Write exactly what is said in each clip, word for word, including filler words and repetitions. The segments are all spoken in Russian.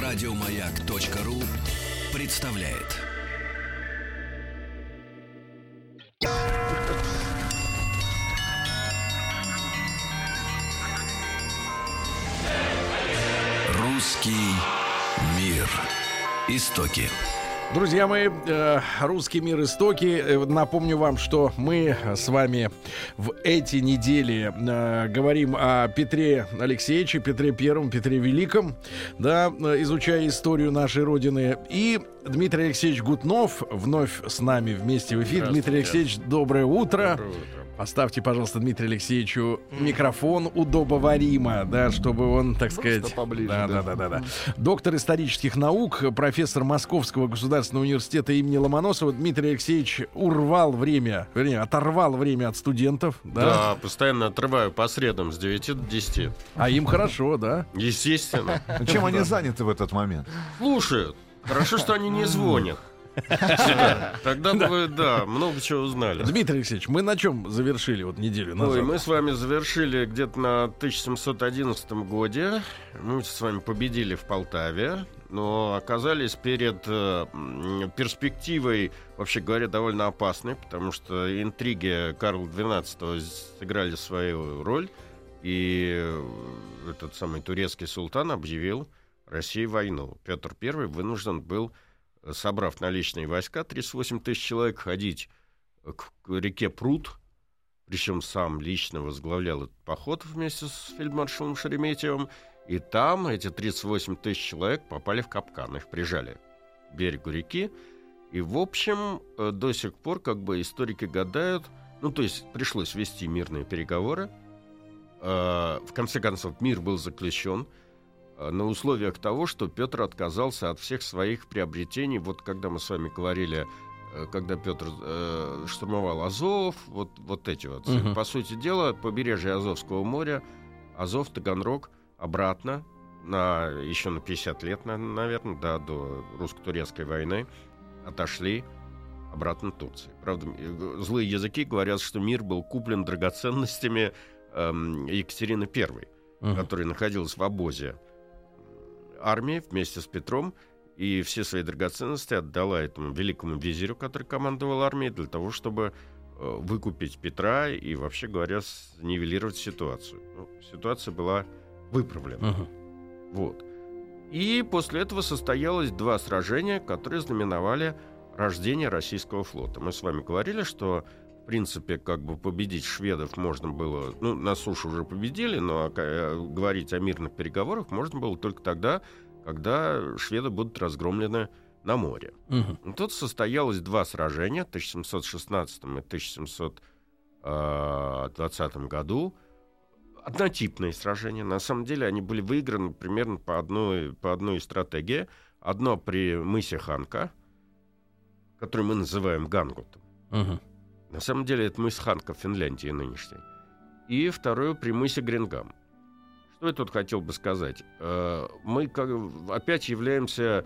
Радиомаяк.ру представляет. Русский мир. Истоки. Друзья мои, э, русский мир, истоки. Э, напомню вам, что мы с вами в эти недели э, говорим о Петре Алексеевиче, Петре Первом, Петре Великом, да, э, изучая историю нашей Родины. И Дмитрий Алексеевич Гутнов вновь с нами вместе в эфире. Дмитрий Алексеевич, доброе утро. Доброе утро. Поставьте, пожалуйста, Дмитрию Алексеевичу микрофон удобоваримо, да, чтобы он, так сказать... Просто поближе. Да, да, да, да, да. Доктор исторических наук, профессор Московского государственного университета имени Ломоносова Дмитрий Алексеевич урвал время, вернее, оторвал время от студентов. Да, да, постоянно отрываю по средам с девяти до десяти. А им хорошо, да? Естественно. Чем они заняты в этот момент? Слушают. Хорошо, что они не звонят. Тогда бы вы, да, много чего узнали. Дмитрий Алексеевич, мы на чем завершили вот неделю назад? Ой, мы с вами завершили где-то на тысяча семьсот одиннадцатом годе. Мы с вами победили в Полтаве, но оказались перед э, перспективой, вообще говоря, довольно опасной, потому что интриги Карла двенадцатого сыграли свою роль, и этот самый турецкий султан объявил России войну. Петр Первый вынужден был, собрав наличные войска, тридцать восемь тысяч человек, ходить к реке Прут, причем сам лично возглавлял этот поход вместе с фельдмаршалом Шереметьевым, и там эти тридцать восемь тысяч человек попали в капкан, их прижали к берегу реки, и, в общем, до сих пор, как бы, историки гадают, ну, то есть пришлось вести мирные переговоры, в конце концов, мир был заключен, на условиях того, что Петр отказался от всех своих приобретений. Вот когда мы с вами говорили, когда Петр э, штурмовал Азов, вот, вот эти вот. Uh-huh. По сути дела, побережье Азовского моря, Азов, Таганрог, обратно, на, еще на пятьдесят лет, наверное, да, до русско-турецкой войны, отошли обратно в Турции. Правда, злые языки говорят, что мир был куплен драгоценностями э, Екатерины Первой, uh-huh. которая находилась в обозе армии вместе с Петром, и все свои драгоценности отдала этому великому визирю, который командовал армией, для того, чтобы э, выкупить Петра и, вообще говоря, нивелировать ситуацию. Ну, ситуация была выправлена. Uh-huh. Вот. И после этого состоялось два сражения, которые знаменовали рождение российского флота. Мы с вами говорили, что в принципе, как бы победить шведов можно было, ну, на суше уже победили, но а, говорить о мирных переговорах можно было только тогда, когда шведы будут разгромлены на море. Uh-huh. Тут состоялось два сражения в тысяча семьсот шестнадцатом и тысяча семьсот двадцатом году. Однотипные сражения. На самом деле они были выиграны примерно по одной, по одной стратегии. Одно при мысе Ханка, который мы называем Гангутом. Uh-huh. На самом деле это мыс Ханка в Финляндии нынешней. И второе при мысе Гренгам. Что я тут хотел бы сказать? Мы как, опять являемся,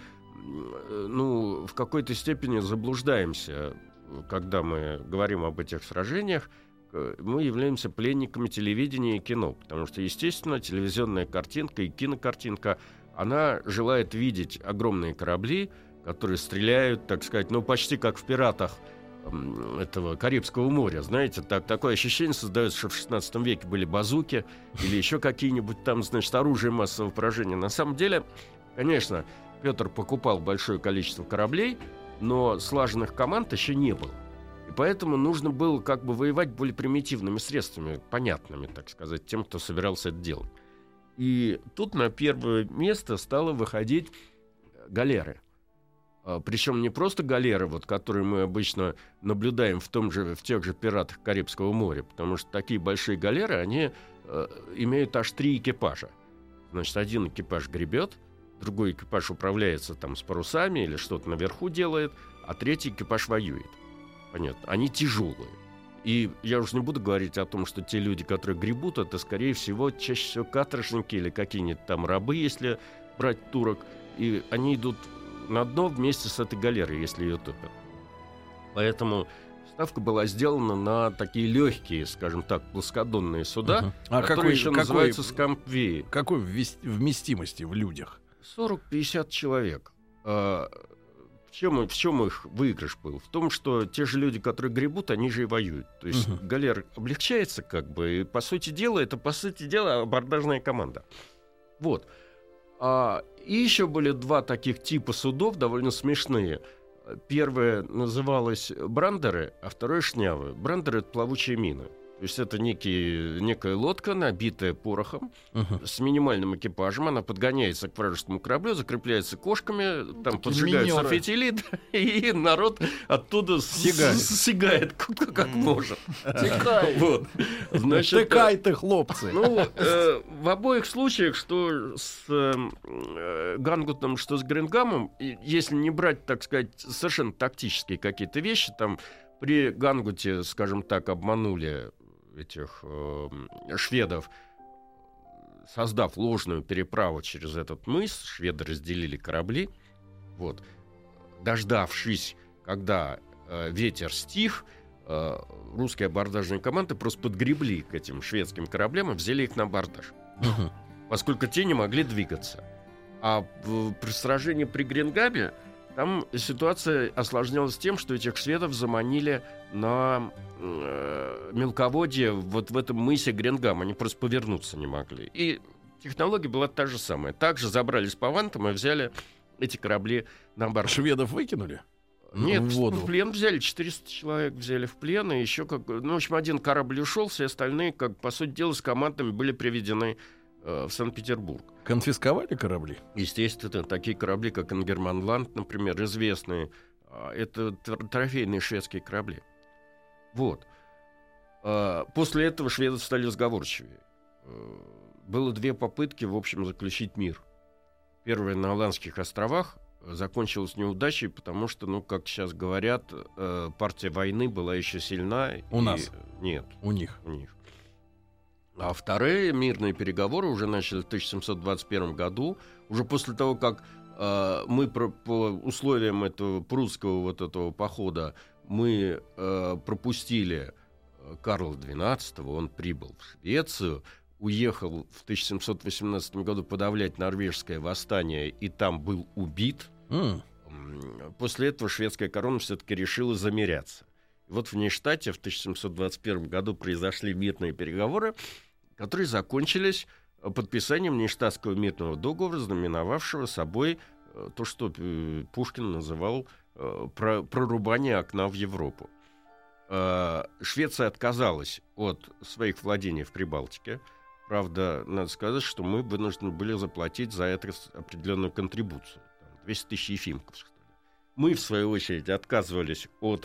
ну, в какой-то степени заблуждаемся, когда мы говорим об этих сражениях. Мы являемся пленниками телевидения и кино, потому что, естественно, телевизионная картинка и кинокартинка, она желает видеть огромные корабли, которые стреляют, так сказать, ну, почти как в «Пиратах» этого Карибского моря, знаете, так, такое ощущение создается, что в шестнадцатом веке были базуки или еще какие-нибудь там, значит, оружие массового поражения. На самом деле, конечно, Петр покупал большое количество кораблей, но слаженных команд еще не было. И поэтому нужно было как бы воевать более примитивными средствами, понятными, так сказать, тем, кто собирался это делать. И тут на первое место стало выходить галеры. Причем не просто галеры, вот, которые мы обычно наблюдаем в, том же, в тех же пиратах Карибского моря, потому что такие большие галеры, они э, имеют аж три экипажа. Значит, один экипаж гребет, другой экипаж управляется там с парусами или что-то наверху делает, а третий экипаж воюет. Понятно. Они тяжелые. И я уже не буду говорить о том, что те люди, которые гребут, это, скорее всего, чаще всего каторжники или какие-нибудь там рабы, если брать турок. И они идут на дно вместе с этой галерой, если ее топят. Поэтому ставка была сделана на такие легкие, скажем так, плоскодонные суда, uh-huh. а которые какой, еще какой, называются скампвеи. Какой вместимости в людях? сорок-пятьдесят человек. В чем, в чем их выигрыш был? В том, что те же люди, которые гребут, они же и воюют. То есть uh-huh. галер облегчается как бы, и, по сути дела, это, по сути дела, абордажная команда. Вот. А, и еще были два таких типа судов, довольно смешные. Первое называлось брандеры, а второе шнявы. Брандеры — это плавучие мины. То есть это некий, некая лодка, набитая порохом, uh-huh. с минимальным экипажем. Она подгоняется к вражескому кораблю, закрепляется кошками, там такие поджигаются минеры. Фитили, и народ оттуда сигает, сигает как, как может. Текай. Вот. Значит, Текай ты, хлопцы. Ну, э, в обоих случаях, что с э, Гангутом, что с Грингамом, если не брать, так сказать, совершенно тактические какие-то вещи, там при Гангуте, скажем так, обманули этих э, шведов, создав ложную переправу через этот мыс. Шведы разделили корабли. Вот. Дождавшись, когда э, ветер стих, э, русские абордажные команды просто подгребли к этим шведским кораблям и взяли их на абордаж. Uh-huh. Поскольку те не могли двигаться. А в, при сражении при Грингаме там ситуация осложнялась тем, что этих шведов заманили на э, мелководье вот в этом мысе Грингам. Они просто повернуться не могли. И технология была та же самая. Также забрались по вантам и взяли эти корабли на борт. Шведов выкинули? Нет, в, воду. в плен взяли, четыреста человек взяли в плен, и еще как... Ну, в общем, один корабль ушел, все остальные, как, по сути дела, с командами были приведены в Санкт-Петербург. Конфисковали корабли? Естественно, такие корабли, как Ингерманланд, например, известные. Это трофейные шведские корабли. Вот. После этого шведы стали сговорчивее. Было две попытки, в общем, заключить мир. Первая на Аландских островах закончилась неудачей, потому что, ну, как сейчас говорят, партия войны была еще сильна. У и... нас? Нет. У них? У них. А вторые мирные переговоры уже начали в тысяча семьсот двадцать первом году, уже после того, как э, мы про, по условиям этого прусского вот этого похода мы э, пропустили Карла двенадцатого, он прибыл в Швецию, уехал в тысяча семьсот восемнадцатом году подавлять норвежское восстание и там был убит. Mm. После этого шведская корона все-таки решила замиряться. Вот в Нейштадте в тысяча семьсот двадцать первом году произошли мирные переговоры, которые закончились подписанием Нейштадтского мирного договора, знаменовавшего собой то, что Пушкин называл прорубание окна в Европу. Швеция отказалась от своих владений в Прибалтике. Правда, надо сказать, что мы вынуждены были заплатить за это определенную контрибуцию. двести тысяч ефимков. Мы, в свою очередь, отказывались от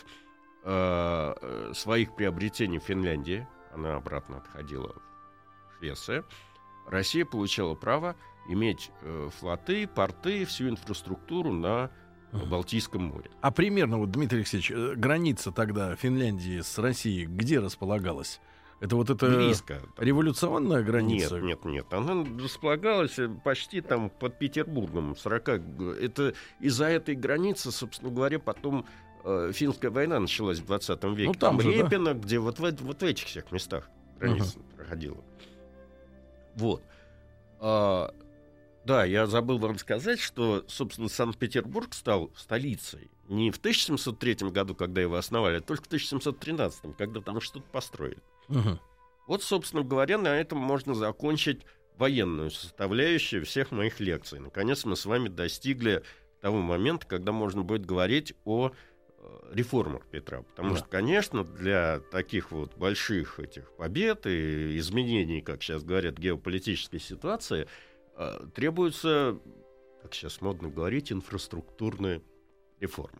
своих приобретений в Финляндии. Она обратно отходила в Швецию. Россия получала право иметь э, флоты, порты, всю инфраструктуру на uh-huh. Балтийском море. А примерно, вот, Дмитрий Алексеевич, граница тогда Финляндии с Россией где располагалась? Это вот эта близко, революционная граница? Нет, нет, нет. Она располагалась почти там под Петербургом. сорок... Это из-за этой границы, собственно говоря, потом Финская война началась в двадцатом веке. Ну, там, там же, Репино, да? где вот в, вот в этих всех местах граница uh-huh. проходила. Вот. А, да, я забыл вам сказать, что, собственно, Санкт-Петербург стал столицей не в тысяча семьсот третьем году, когда его основали, а только в тысяча семьсот тринадцатом, когда там что-то построили. Uh-huh. Вот, собственно говоря, на этом можно закончить военную составляющую всех моих лекций. Наконец мы с вами достигли того момента, когда можно будет говорить о реформах Петра. Потому да. что, конечно, для таких вот больших этих побед и изменений, как сейчас говорят, геополитической ситуации, э, требуются, как сейчас модно говорить, инфраструктурные реформы.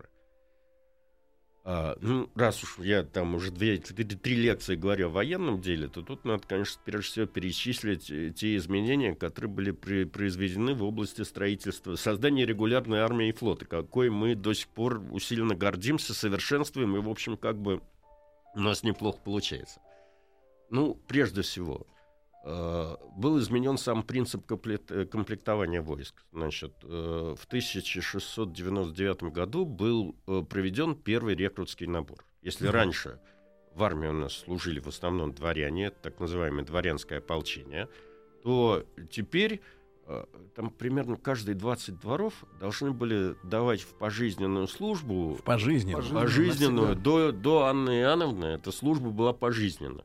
А, ну, раз уж я там уже две, три лекции говорю о военном деле, то тут надо, конечно, прежде всего перечислить те изменения, которые были при, произведены в области строительства, создания регулярной армии и флота, какой мы до сих пор усиленно гордимся, совершенствуем, и, в общем, как бы у нас неплохо получается. Ну, прежде всего, был изменен сам принцип комплектования войск. Значит, в тысяча шестьсот девяносто девятом году был проведен первый рекрутский набор. Если mm-hmm. раньше в армии у нас служили в основном дворяне, так называемое дворянское ополчение, то теперь там примерно каждые двадцать дворов должны были давать в пожизненную службу. В пожизненную? Пожизненную. До, до Анны Иоанновны эта служба была пожизненная.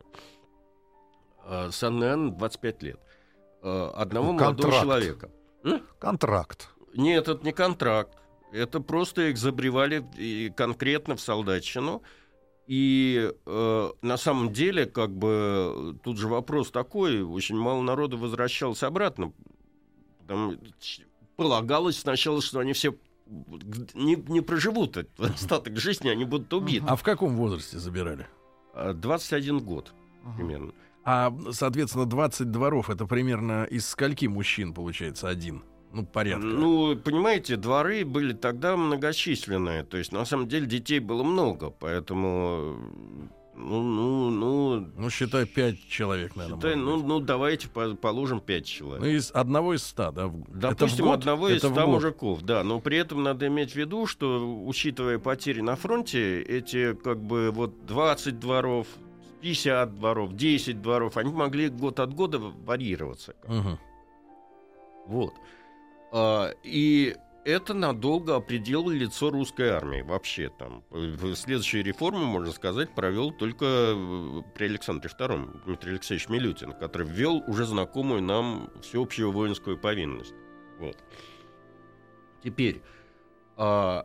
С Анной Иоанновной двадцать пять лет. Одного молодого человека. М? Контракт. Нет, это не контракт. Это просто их забревали и конкретно в солдатчину. И э, на самом деле, как бы, тут же вопрос такой, очень мало народу возвращалось обратно. Там полагалось сначала, что они все не, не проживут остаток жизни, они будут убиты. А в каком возрасте забирали? двадцать один год примерно. А, соответственно, двадцать дворов — это примерно из скольки мужчин, получается, один? Ну, порядка. Ну, понимаете, дворы были тогда многочисленные. То есть, на самом деле, детей было много. Поэтому, ну, ну, ну... Ну, считай, пять человек, наверное. Считай, ну, ну, давайте положим пять человек. Ну, из одного из ста, да? Допустим, одного из ста мужиков, да. Но при этом надо иметь в виду, что, учитывая потери на фронте, эти, как бы, вот двадцать дворов... пятьдесят дворов, десять дворов, они могли год от года варьироваться. Угу. Вот. А, и это надолго определило лицо русской армии. Вообще там. Следующую реформу, можно сказать, провел только при Александре втором Дмитрий Алексеевич Милютин, который ввел уже знакомую нам всеобщую воинскую повинность. Вот. Теперь... А,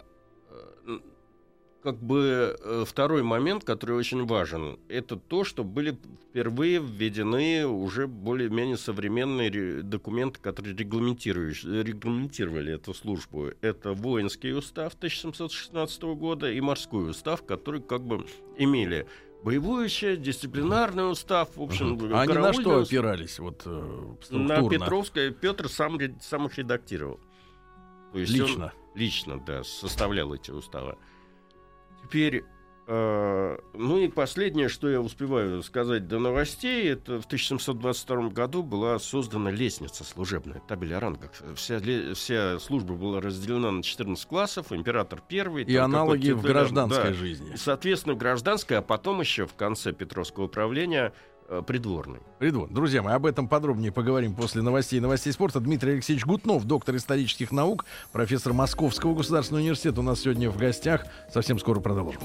как бы второй момент, который очень важен, это то, что были впервые введены уже более-менее современные документы, которые регламентировали эту службу. Это воинский устав тысяча семьсот шестнадцатого года и морской устав, которые как бы имели боевую часть, дисциплинарный устав, в общем, угу. А они на что опирались? Вот, структурно? На Петровское. Петр сам, сам их редактировал. То есть лично? Он, лично, да, составлял эти уставы. Теперь, э, ну и последнее, что я успеваю сказать до новостей, это в тысяча семьсот двадцать втором году была создана лестница служебная, табель о рангах. Вся, вся служба была разделена на четырнадцать классов, император первый. И аналоги в гражданской да, жизни. И, соответственно, гражданская, а потом еще в конце Петровского правления придворный. Придворный. Друзья мои, об этом подробнее поговорим после новостей и новостей спорта. Дмитрий Алексеевич Гутнов, доктор исторических наук, профессор Московского государственного университета, у нас сегодня в гостях. Совсем скоро продолжим.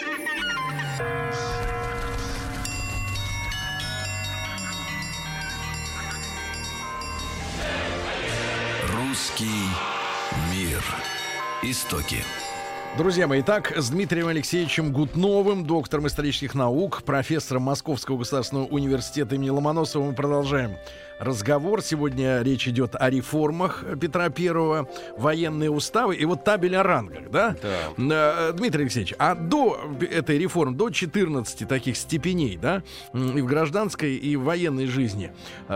Русский мир. Истоки. Друзья мои, итак, с Дмитрием Алексеевичем Гутновым, доктором исторических наук, профессором Московского государственного университета имени Ломоносова, мы продолжаем разговор. Сегодня речь идет о реформах Петра Первого, военные уставы и вот табель о рангах, да? Да. Дмитрий Алексеевич, а до этой реформы, до четырнадцати таких степеней, да, и в гражданской, и в военной жизни,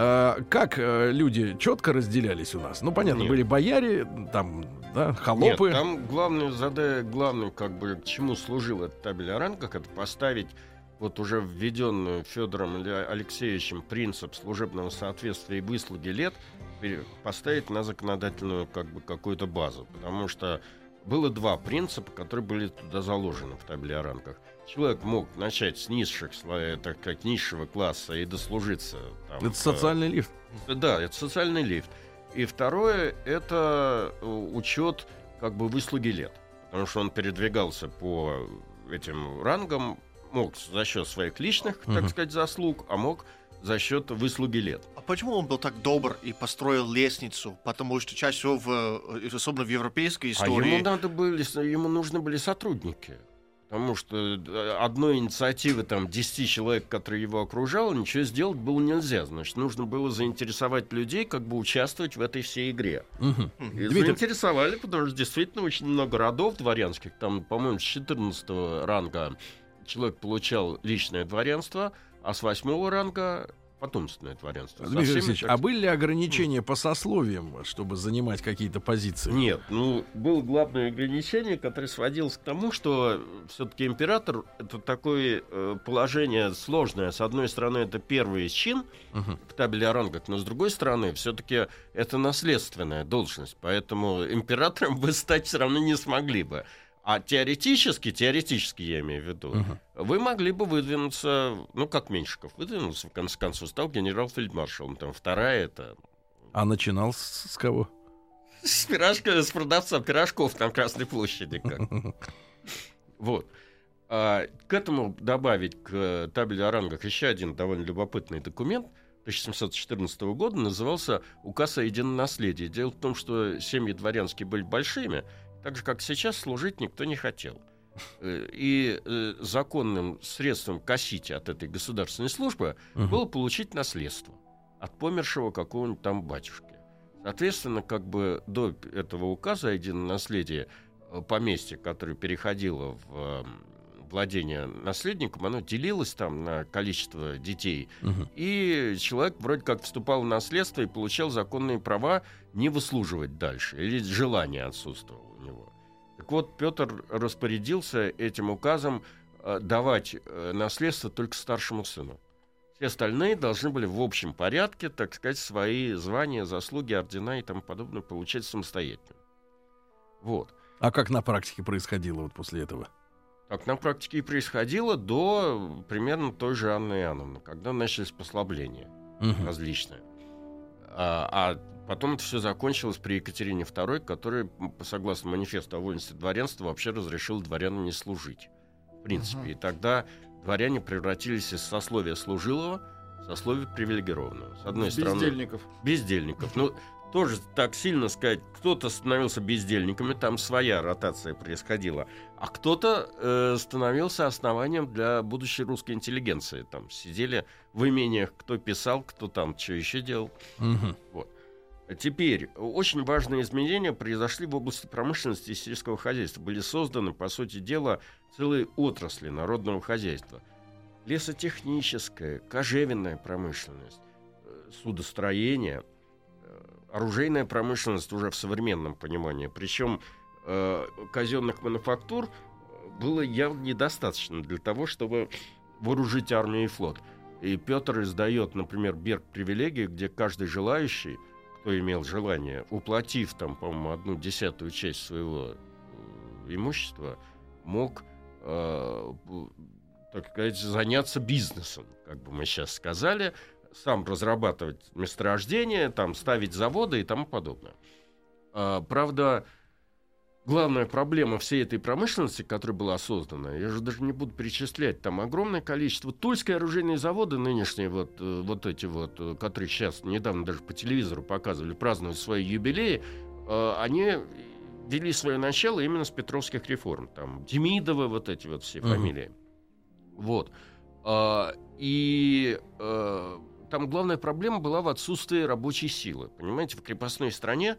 как люди четко разделялись у нас? Ну, понятно, Нет. были бояре, там, да, холопы. Нет, там главное, задая, главное, как бы, к чему служил этот табель о рангах, это поставить вот уже введенную Федором Алексеевичем принцип служебного соответствия и выслуги лет, поставить на законодательную, как бы, какую-то базу. Потому что было два принципа, которые были туда заложены в табеле о рангах. Человек мог начать с низших слоев, так как низшего класса, и дослужиться. Там, это социальный лифт. Да, это социальный лифт. И второе — это учет, как бы, выслуги лет. Потому что он передвигался по этим рангам, мог за счет своих личных, так uh-huh. сказать, заслуг, а мог за счет выслуги лет. А почему он был так добр и построил лестницу? Потому что чаще всего, в, особенно в европейской истории... А ему, надо были, ему нужны были сотрудники. Потому что одной инициативы там десяти человек, которые его окружали, ничего сделать было нельзя. Значит, нужно было заинтересовать людей, как бы участвовать в этой всей игре. Uh-huh. И Дмитрий... заинтересовали, потому что действительно очень много родов дворянских. Там, по-моему, с четырнадцатого ранга человек получал личное дворянство, а с восьмого ранга потомственное дворянство. Дмитрий Алексеевич, так... а были ли ограничения по сословиям, чтобы занимать какие-то позиции? Нет, ну, было главное ограничение, которое сводилось к тому, что все-таки император — это такое э, положение сложное. С одной стороны, это первый чин uh-huh. в табеле о рангах, но с другой стороны, все-таки это наследственная должность, поэтому императором вы стать все равно не смогли бы. А теоретически, теоретически я имею в виду, uh-huh. вы могли бы выдвинуться, ну, как Меньшиков выдвинулся, в конце концов, стал генерал-фельдмаршалом. Там вторая — это А начинал с, с кого? С пирожка, с продавца пирожков на Красной площади. Как. Вот. А, к этому добавить к табели о рангах еще один довольно любопытный документ тысяча семьсот четырнадцатого года, назывался «Указ о едином наследии». Дело в том, что семьи дворянские были большими, так же, как сейчас, служить никто не хотел. И э, законным средством косить от этой государственной службы uh-huh. было получить наследство от помершего какого-нибудь там батюшки. Соответственно, как бы до этого указа о едином наследии поместье, которое переходило в владение наследником, оно делилось там на количество детей, uh-huh. и человек вроде как вступал в наследство и получал законные права не выслуживать дальше, или желание отсутствовало у него. Так вот, Петр распорядился этим указом э, давать э, наследство только старшему сыну. Все остальные должны были в общем порядке, так сказать, свои звания, заслуги, ордена и тому подобное получать самостоятельно. Вот. А как на практике происходило вот после этого? Так на практике и происходило до примерно той же Анны Иоанновны, когда начались послабления uh-huh. различные. А, а потом это все закончилось при Екатерине второй, которая, согласно манифесту о вольности дворянства, вообще разрешила дворянам не служить. В принципе. Uh-huh. И тогда дворяне превратились из сословия служилого в сословие привилегированного. С одной стороны... Бездельников. Бездельников. Ну, тоже так сильно сказать, кто-то становился бездельниками, там своя ротация происходила, а кто-то э, становился основанием для будущей русской интеллигенции. Там сидели в имениях, кто писал, кто там что еще делал. Uh-huh. Вот. Теперь, очень важные изменения произошли в области промышленности и сельского хозяйства. Были созданы, по сути дела, целые отрасли народного хозяйства. Лесотехническая, кожевенная промышленность, судостроение, оружейная промышленность уже в современном понимании. Причем э, казенных мануфактур было явно недостаточно для того, чтобы вооружить армию и флот. И Петр издает, например, Берг привилегии, где каждый желающий, кто имел желание, уплатив там, по-моему, одну десятую часть своего э, имущества, мог, э, так сказать, заняться бизнесом, как бы мы сейчас сказали, сам разрабатывать месторождения, там, ставить заводы и тому подобное. А, правда, главная проблема всей этой промышленности, которая была создана, я же даже не буду перечислять, там огромное количество. Тульские оружейные заводы нынешние, вот, вот эти вот, которые сейчас недавно даже по телевизору показывали, празднуют свои юбилеи, а, они вели свое начало именно с петровских реформ. Там Демидовы, вот эти вот все uh-huh. фамилии. Вот. А, и... А, там главная проблема была в отсутствии рабочей силы. Понимаете, в крепостной стране,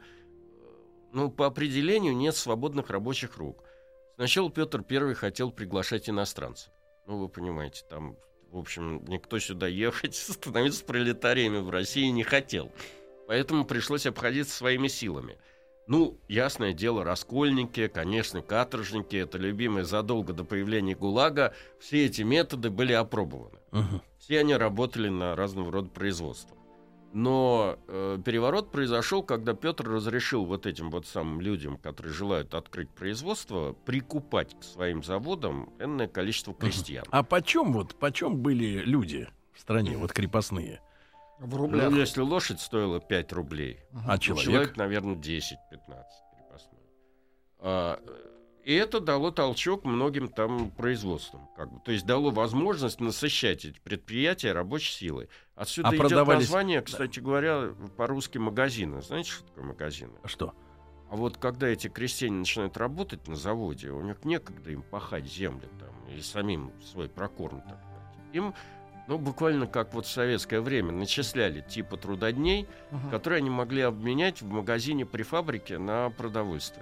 ну, по определению нет свободных рабочих рук. Сначала Петр Первый хотел приглашать иностранцев. Ну, вы понимаете, там, в общем, никто сюда ехать, становиться пролетариями в России не хотел. Поэтому пришлось обходиться своими силами. Ну, ясное дело, раскольники, конечно, каторжники, это любимые задолго до появления ГУЛАГа, все эти методы были опробованы. Uh-huh. Все они работали на разного рода производствах. Но э, переворот произошел, когда Петр разрешил вот этим вот самым людям, которые желают открыть производство, прикупать к своим заводам энное количество крестьян. Uh-huh. А почем вот, почем были люди в стране, uh-huh. вот крепостные? В рублях. Ну, если лошадь стоила пять рублей, uh-huh. а человек? человек, наверное, десять-пятнадцать крепостной. А, и это дало толчок многим там производствам. Как бы. То есть дало возможность насыщать эти предприятия рабочей силой. Отсюда а идет продавались... название, кстати говоря, по-русски магазины. Знаете, что такое магазины? Что? А вот когда эти крестьяне начинают работать на заводе, у них некогда им пахать землю там, и самим свой прокорм. Так сказать. Им... Ну, буквально как вот в советское время начисляли типа трудодней, uh-huh. которые они могли обменять в магазине при фабрике на продовольствие.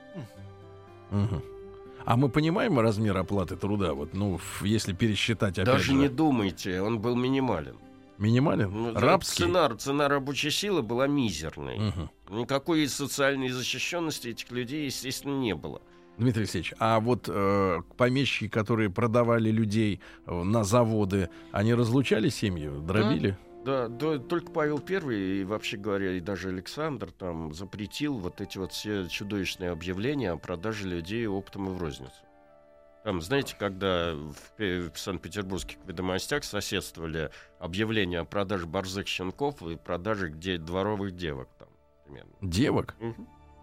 Uh-huh. А мы понимаем размер оплаты труда? Вот, ну, если пересчитать опять Даже же... не думайте, он был минимален. Минимален? Ну, рабский? Цена, цена рабочей силы была мизерной. Uh-huh. Никакой социальной защищенности этих людей, естественно, не было. Дмитрий Алексеевич, а вот э, помещики, которые продавали людей э, на заводы, они разлучали семьи, дробили? Да, да, да, только Павел Первый и, вообще говоря, и даже Александр там запретил вот эти вот все чудовищные объявления о продаже людей оптом и в розницу. Там, знаете, когда в, в Санкт-Петербургских ведомостях соседствовали объявления о продаже борзых щенков и продаже где дворовых девок. Там, примерно. Девок? Угу.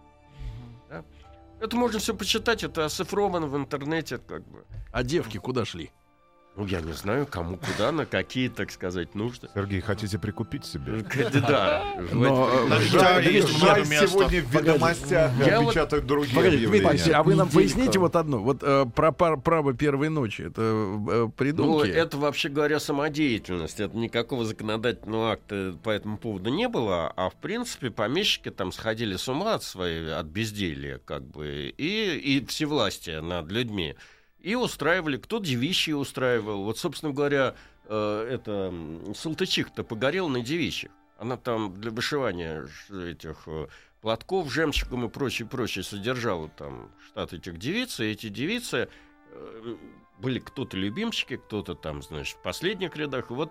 Да. Это можно все почитать, это оцифровано в интернете. Как бы. А девки куда шли? Ну, я не знаю, кому куда, на какие, так сказать, нужды. Сергей, хотите прикупить себе? Да. Но, Жаль, есть жаль, много места. сегодня в ведомостях Я вот- печатают другие Погодите, Дмитрий объявления. Алексеевич, а вы нам Неделька. поясните вот одно. Вот э, про пар- право первой ночи. Это э, Ну, придумки? это, вообще говоря, самодеятельность. Это никакого законодательного акта по этому поводу не было. А, в принципе, помещики там сходили с ума от своей, от безделья, как бы, и, и всевластия над людьми. И устраивали, кто девичьи устраивал. Вот, собственно говоря, э, это м, Салтычиха-то погорела на девичьих. Она там для вышивания ж- этих э, платков, жемчугом и прочее, прочее содержала там штат этих девиц. И эти девицы э, были кто-то любимчики, кто-то там, значит, в последних рядах. И вот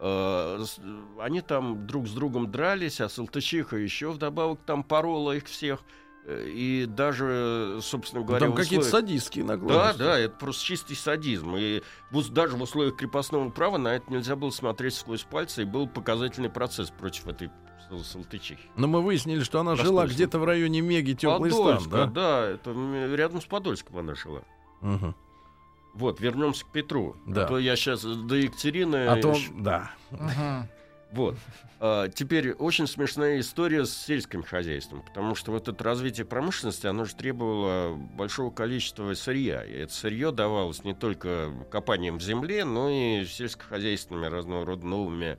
э, с- они там друг с другом дрались, а Салтычиха еще вдобавок там порола их всех. Э, И даже, собственно говоря, Там в какие-то условиях- садистские да, наклонности. да, это просто чистый садизм. И вот даже в условиях крепостного права на это нельзя было смотреть сквозь пальцы, и был показательный процесс против этой Сал- Салтычихи. Но мы выяснили, что она Простой жила случай. где-то в районе Меги, Теплый стан, Подольска, да? да, это м, рядом с Подольском она жила. Мгм. Вот, вернемся к Петру. Да. А то я сейчас до Екатерины... А то, ш- да. Мгм. Вот. А, теперь очень смешная история с сельским хозяйством, потому что вот это развитие промышленности, оно же требовало большого количества сырья. И это сырье давалось не только копанием в земле, но и сельскохозяйственными разного рода новыми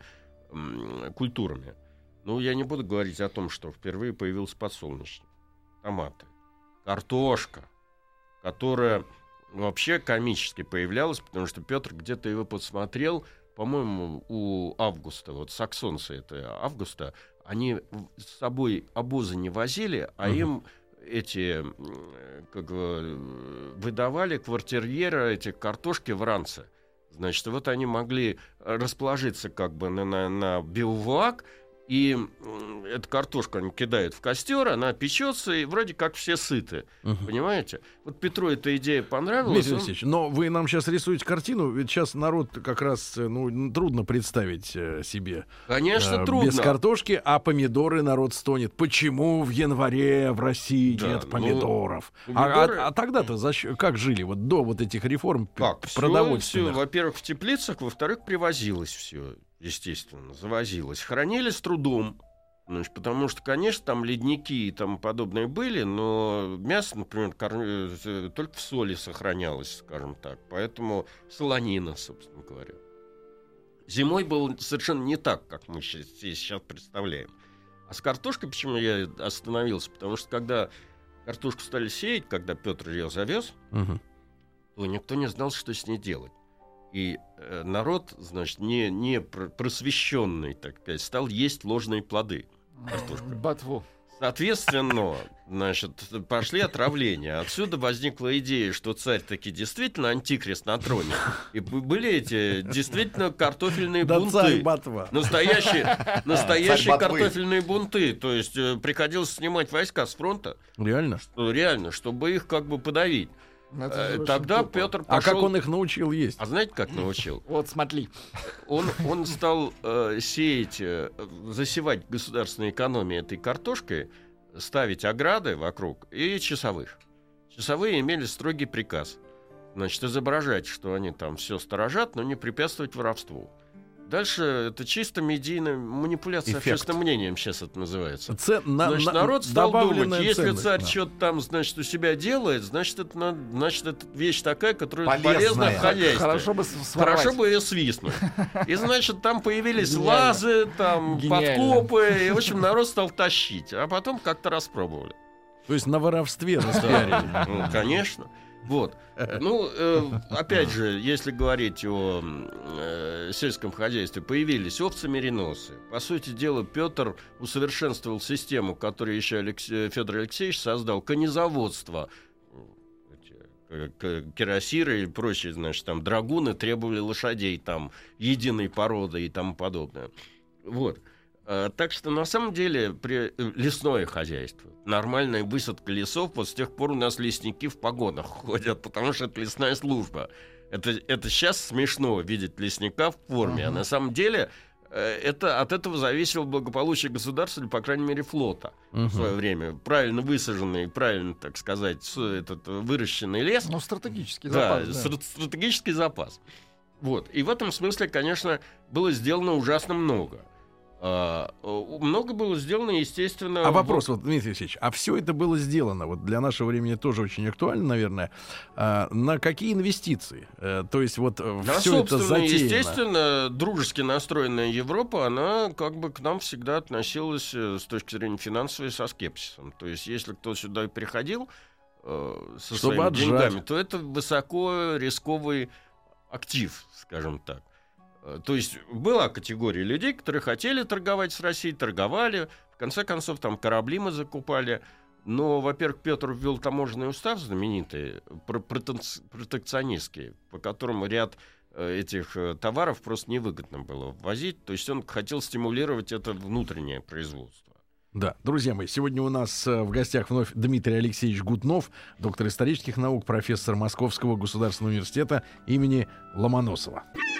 м, культурами. Ну, я не буду говорить о том, что впервые появился подсолнечник, томаты, картошка, которая вообще комически появлялась, потому что Петр где-то его подсмотрел. По-моему, у Августа, вот саксонцы это Августа, они в- с собой обозы не возили, а Мгм. им эти м, как бы, выдавали квартирьера эти картошки в ранце. Значит, вот они могли расположиться как бы на, на, на бивуак, и м, эту картошку они кидают в костер, она печется, и вроде как все сыты. Мгм. Понимаете? Вот Петру эта идея понравилась. Дмитрий он- Алексеевич, но вы нам сейчас рисуете картину, ведь сейчас народ как раз, э, ну, трудно представить э, себе Конечно, э, трудно. без картошки, а помидоры народ стонет. Почему в январе в России Да, нет ну, помидоров? А- помидоры- А, а тогда-то за счё- как жили вот до вот этих реформ п- Как? Всё- продовольственных? всё, во-первых, в теплицах, во-вторых, привозилось все, естественно, завозилось. Хранили с трудом. Значит, потому что, конечно, там ледники и тому подобное были, но мясо, например, кор- э, только в соли сохранялось, скажем так. Поэтому солонина, собственно говоря. Зимой было совершенно не так, как мы щас- сейчас представляем. А с картошкой почему я остановился? Потому что когда картошку стали сеять, когда Петр ее завез, Мгм. то никто не знал, что с ней делать. И э, народ, значит, не, не пр- просвещенный, так сказать, стал есть ложные плоды. Картошка. Ботву. Соответственно, значит, пошли отравления. Отсюда возникла идея, что царь таки действительно антихрист на троне. И б- были эти действительно картофельные Да царь бунты. ботва. Настоящие, настоящие Царь ботвы. картофельные бунты. То есть э, приходилось снимать войска с фронта, Реально? ну, реально, чтобы их как бы подавить. Ну, это Э, же очень Тогда тупо. Петр А пошел... как он их научил есть? А знаете, как научил? Вот смотри. Он, он стал э, сеять, э, засевать государственной экономией этой картошкой, ставить ограды вокруг и часовых. Часовые имели строгий приказ. Значит, изображать, что они там все сторожат, но не препятствовать воровству. Дальше это чисто медийная манипуляция Эффект. общественным мнением, сейчас это называется. Це- на- Значит, на- народ стал добавленная думать, если ценность, царь да. что-то там, значит, у себя делает, значит, это, надо- значит, это вещь такая, которая Полезная. полезна в хозяйстве. Хорошо бы с- своровать. Хорошо бы ее свистнуть. И, значит, там появились Гениально. лазы, там, Гениально. подкопы, и, в общем, народ стал тащить. А потом как-то распробовали. То есть на воровстве распиарили. Ну, конечно. Вот. Ну, э, опять же, если говорить о э, сельском хозяйстве, появились овцы-мериносы. По сути дела, Петр усовершенствовал систему, которую еще Алекс- Федор Алексеевич создал, конезаводство. Эти, э, к- Кирасиры и прочие, значит, там, драгуны требовали лошадей, там, единой породы и тому подобное. Вот. А, так что на самом деле при... лесное хозяйство, нормальная высадка лесов, вот с тех пор у нас лесники в погонах ходят, потому что это лесная служба. Это, это сейчас смешно видеть лесника в форме, uh-huh. а на самом деле это, от этого зависело благополучие государства, или, по крайней мере, флота uh-huh. в свое время. Правильно высаженный, правильно, так сказать, этот выращенный лес. Ну, стратегический да, запас. Да, стра- стратегический запас. Вот. И в этом смысле, конечно, было сделано ужасно много. А, много было сделано, естественно... А вопрос, вот, Дмитрий Алексеевич, а все это было сделано, вот для нашего времени тоже очень актуально, наверное, а, на какие инвестиции? А, то есть вот да, все это затеяно? Естественно, дружески настроенная Европа, она как бы к нам всегда относилась с точки зрения финансовой со скепсисом. То есть если кто сюда приходил э, со Чтобы своими отжать. деньгами, то это высоко рисковый актив, скажем так. То есть была категория людей, которые хотели торговать с Россией, торговали. В конце концов, там корабли мы закупали. Но, во-первых, Петр ввел таможенный устав знаменитый, протекционистский, по которому ряд этих товаров просто невыгодно было ввозить. То есть он хотел стимулировать это внутреннее производство. Да, друзья мои, сегодня у нас в гостях вновь Дмитрий Алексеевич Гутнов, доктор исторических наук, профессор Московского государственного университета имени Ломоносова.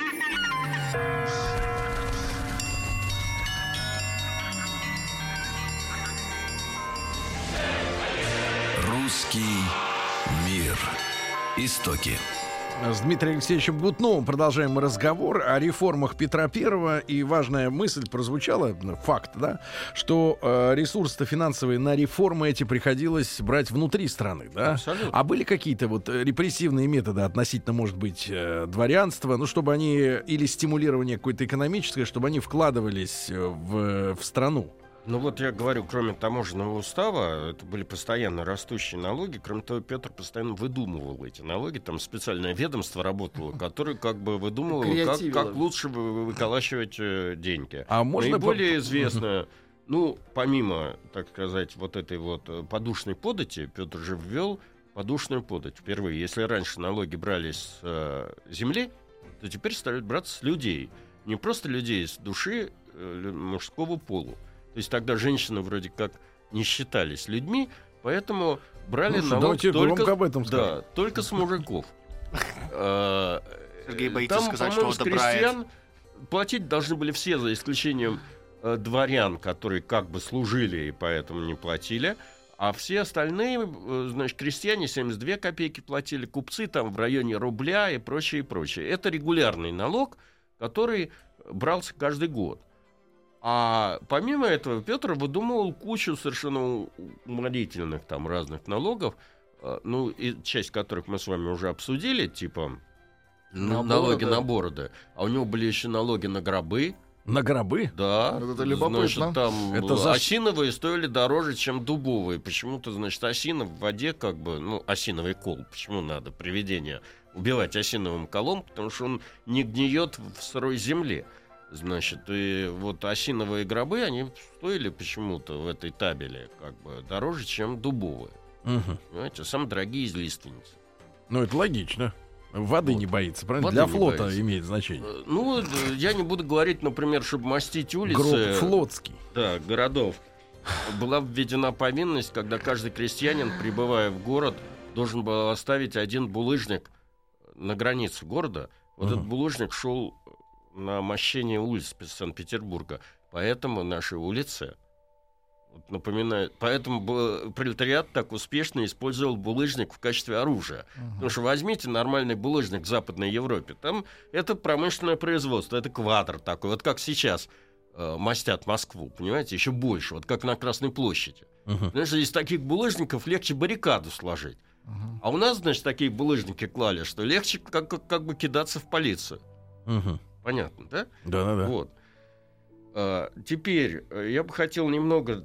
Русский мир. Истоки. С Дмитрием Алексеевичем Гутновым продолжаем мы разговор о реформах Петра Первого. И важная мысль прозвучала, факт, да, что э, ресурсы-то финансовые на реформы эти приходилось брать внутри страны, да? Абсолютно. А были какие-то вот репрессивные методы относительно, может быть, э, дворянства, ну, чтобы они, или стимулирование какое-то экономическое, чтобы они вкладывались в, в страну? Ну вот я говорю, кроме таможенного устава, это были постоянно растущие налоги. Кроме того, Петр постоянно выдумывал эти налоги. Там специальное ведомство работало, которое как бы выдумывало, как, как лучше выколачивать э, деньги. А можно Наиболее по... известно, ну, помимо, так сказать, вот этой вот подушной подати, Петр же ввел подушную подать впервые. Если раньше налоги брались с э, земли, то теперь стали браться с людей. Не просто людей, с души э, мужского пола. То есть тогда женщины вроде как не считались людьми, поэтому брали ну, налог только, об этом да, только с мужиков. Сергей боится Там, сказать, по-моему, что с крестьян платить должны были все, за исключением э, дворян, которые как бы служили и поэтому не платили. А все остальные, э, значит, крестьяне семьдесят две копейки платили, купцы там в районе рубля и прочее, и прочее. Это регулярный налог, который брался каждый год. А помимо этого Петр выдумывал кучу совершенно уморительных там разных налогов, э, ну, и часть которых мы с вами уже обсудили, типа на налоги бороды. на бороды. А у него были еще налоги на гробы. На гробы? Да. Это любопытно. Значит, там это за... осиновые стоили дороже, чем дубовые. Почему-то, значит, осина в воде как бы, ну, осиновый кол. Почему надо привидение убивать осиновым колом? Потому что он не гниет в сырой земле. Значит, и вот осиновые гробы, они стоили почему-то в этой табеле как бы дороже, чем дубовые. Угу. Понимаете, самые дорогие из лиственниц. Ну, это логично. Воды вот. Не боится, правильно? Воды Для флота боится. Имеет значение. Ну, я не буду говорить, например, чтобы мастить улицы. Гроб флотский. Да, городов. Была введена повинность, когда каждый крестьянин, прибывая в город, должен был оставить один булыжник на границе города. Вот uh-huh. этот булыжник шел на мощение улиц Санкт-Петербурга. Поэтому наши улицы, вот напоминаю, поэтому пролетариат так успешно использовал булыжник в качестве оружия. Uh-huh. Потому что возьмите нормальный булыжник в Западной Европе, там это промышленное производство, это квадр такой, вот как сейчас э, мастят Москву, понимаете, еще больше, вот как на Красной площади. Uh-huh. Потому что из таких булыжников легче баррикаду сложить. Uh-huh. А у нас, значит, такие булыжники клали, что легче как, как, как бы кидаться в полицию. Uh-huh. Понятно, да? Да-да-да. Вот. А, теперь я бы хотел немного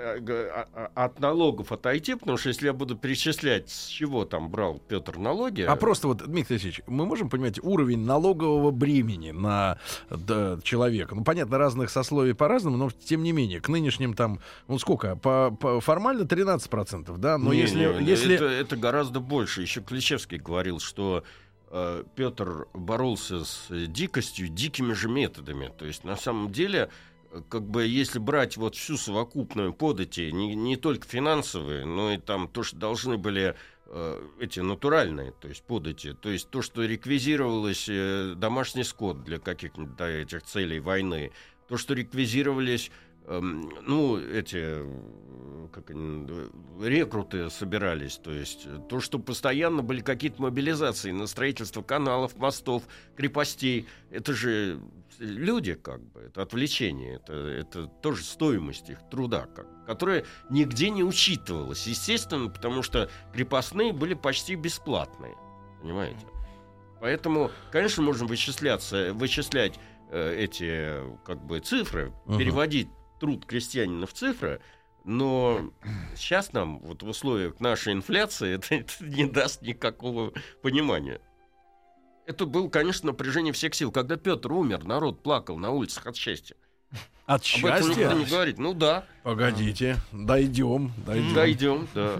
от налогов отойти, потому что если я буду перечислять, с чего там брал Петр налоги... А просто вот, Дмитрий Алексеевич, мы можем понимать уровень налогового бремени на да, человека? Ну, понятно, разных сословий по-разному, но тем не менее, к нынешним там, ну сколько, по, по, формально тринадцать процентов, да? Но не, если... Не, если... Это, это гораздо больше. Еще Клещевский говорил, что э, Петр боролся с дикостью дикими же методами. То есть, на самом деле... как бы, если брать вот всю совокупную подати, не, не только финансовые, но и там то, что должны были э, эти натуральные, то есть подати, то есть то, что реквизировалось э, домашний скот для каких-нибудь да, этих целей войны, то, что реквизировались ну, эти как они, рекруты собирались, то есть то, что постоянно были какие-то мобилизации на строительство каналов, мостов, крепостей, это же люди, как бы, это отвлечение, это, это тоже стоимость их труда, как, которая нигде не учитывалась, естественно, потому что крепостные были почти бесплатные, понимаете? Поэтому, конечно, можно вычисляться, вычислять э, эти как бы цифры, uh-huh. переводить труд крестьянина в цифры, но сейчас нам вот в условиях нашей инфляции это, это не даст никакого понимания. Это было, конечно, напряжение всех сил. Когда Петр умер, народ плакал на улицах от счастья. От Об счастья? этом никто не говорит. Ну да. Погодите, дойдем, дойдем. Дойдем, да.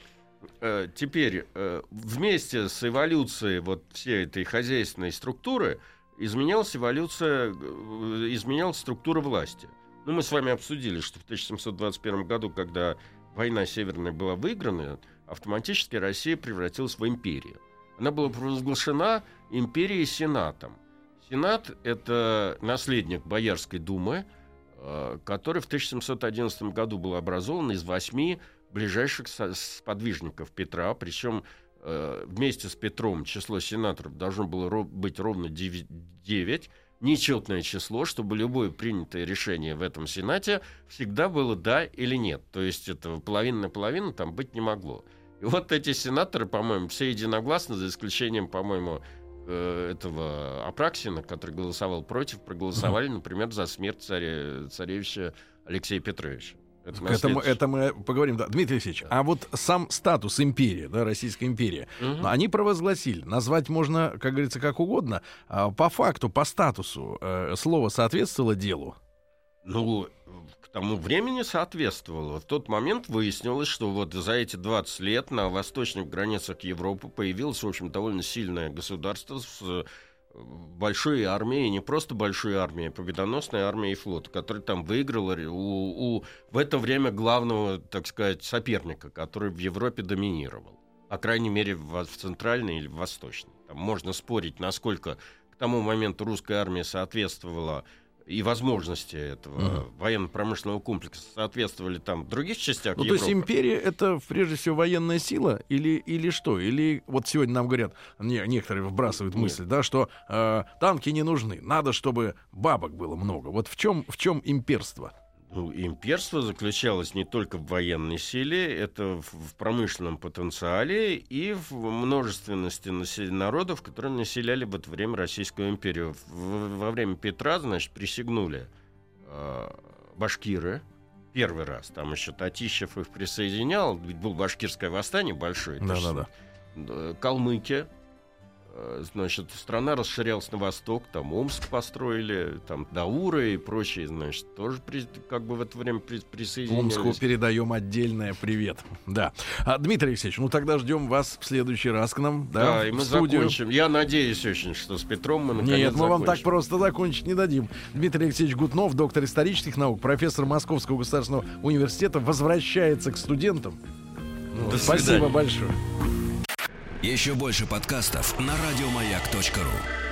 Теперь вместе с эволюцией вот всей этой хозяйственной структуры изменялась эволюция, изменялась структура власти. Ну, мы с вами обсудили, что в тысяча семьсот двадцать первом году, когда война Северная была выиграна, автоматически Россия превратилась в империю. Она была провозглашена империей Сенатом. Сенат — это наследник Боярской думы, который в тысяча семьсот одиннадцатом году был образован из восьми ближайших сподвижников Петра, причем вместе с Петром число сенаторов должно было быть ровно девять, нечетное число, чтобы любое принятое решение в этом Сенате всегда было да или нет. То есть это половина на половину там быть не могло. И вот эти сенаторы, по-моему, все единогласно, за исключением, по-моему, этого Апраксина, который голосовал против, проголосовали, например, за смерть царя, царевича Алексея Петровича. Это, К этому, это мы поговорим. Да. Дмитрий Алексеевич, а вот сам статус империи, да, Российская империя, угу. они провозгласили, назвать можно, как говорится, как угодно, а по факту, по статусу э, слово соответствовало делу? Ну, к тому времени соответствовало. В тот момент выяснилось, что вот за эти двадцать лет на восточных границах Европы появилось, в общем, довольно сильное государство с большой армией, не просто большой армией, а победоносной армией и флот, который там выиграл у, у в это время главного, так сказать, соперника, который в Европе доминировал. По крайней мере, в, в центральной или в восточной. Там можно спорить, насколько к тому моменту русская армия соответствовала и возможности этого uh-huh. военно-промышленного комплекса соответствовали там в других частях ну, Европы. То есть империя — это прежде всего военная сила или, или что? Или вот сегодня нам говорят, не, некоторые вбрасывают Нет. мысль, да, что э, танки не нужны, надо, чтобы бабок было много. Вот в чем, в чем имперство? Ну, имперство заключалось не только в военной силе, это в, в промышленном потенциале и в множественности насел... народов, которые населяли в это время Российскую империю. В, во время Петра, значит, присягнули э, башкиры первый раз. Там еще Татищев их присоединял, ведь было башкирское восстание большое. Да-да-да. Калмыки. Значит, страна расширялась на восток, там Омск построили, там Дауры и прочие, значит, тоже при, как бы в это время при, присоединились. Омску передаем отдельное привет. Да. А, Дмитрий Алексеевич, ну тогда ждем вас в следующий раз к нам. Да, да и мы студию. закончим. Я надеюсь очень, что с Петром мы наконец Нет, мы закончим. вам так просто закончить не дадим. Дмитрий Алексеевич Гутнов, доктор исторических наук, профессор Московского государственного университета, возвращается к студентам. Ну, спасибо большое. Еще больше подкастов на радиомаяк точка ру.